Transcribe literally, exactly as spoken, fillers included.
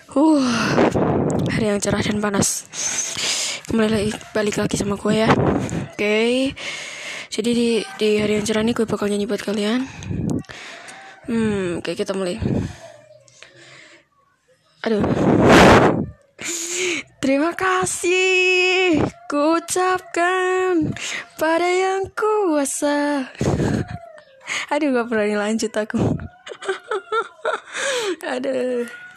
Uh, hari yang cerah dan panas. Kembali lagi, balik lagi sama gue ya. Oke. Okay. Jadi di di hari yang cerah ini gue bakal nyanyi buat kalian. Hmm, oke okay, kita mulai. Aduh. Terima kasih ku ucapkan pada yang kuasa. Aduh, gak berani lanjut aku. Aduh.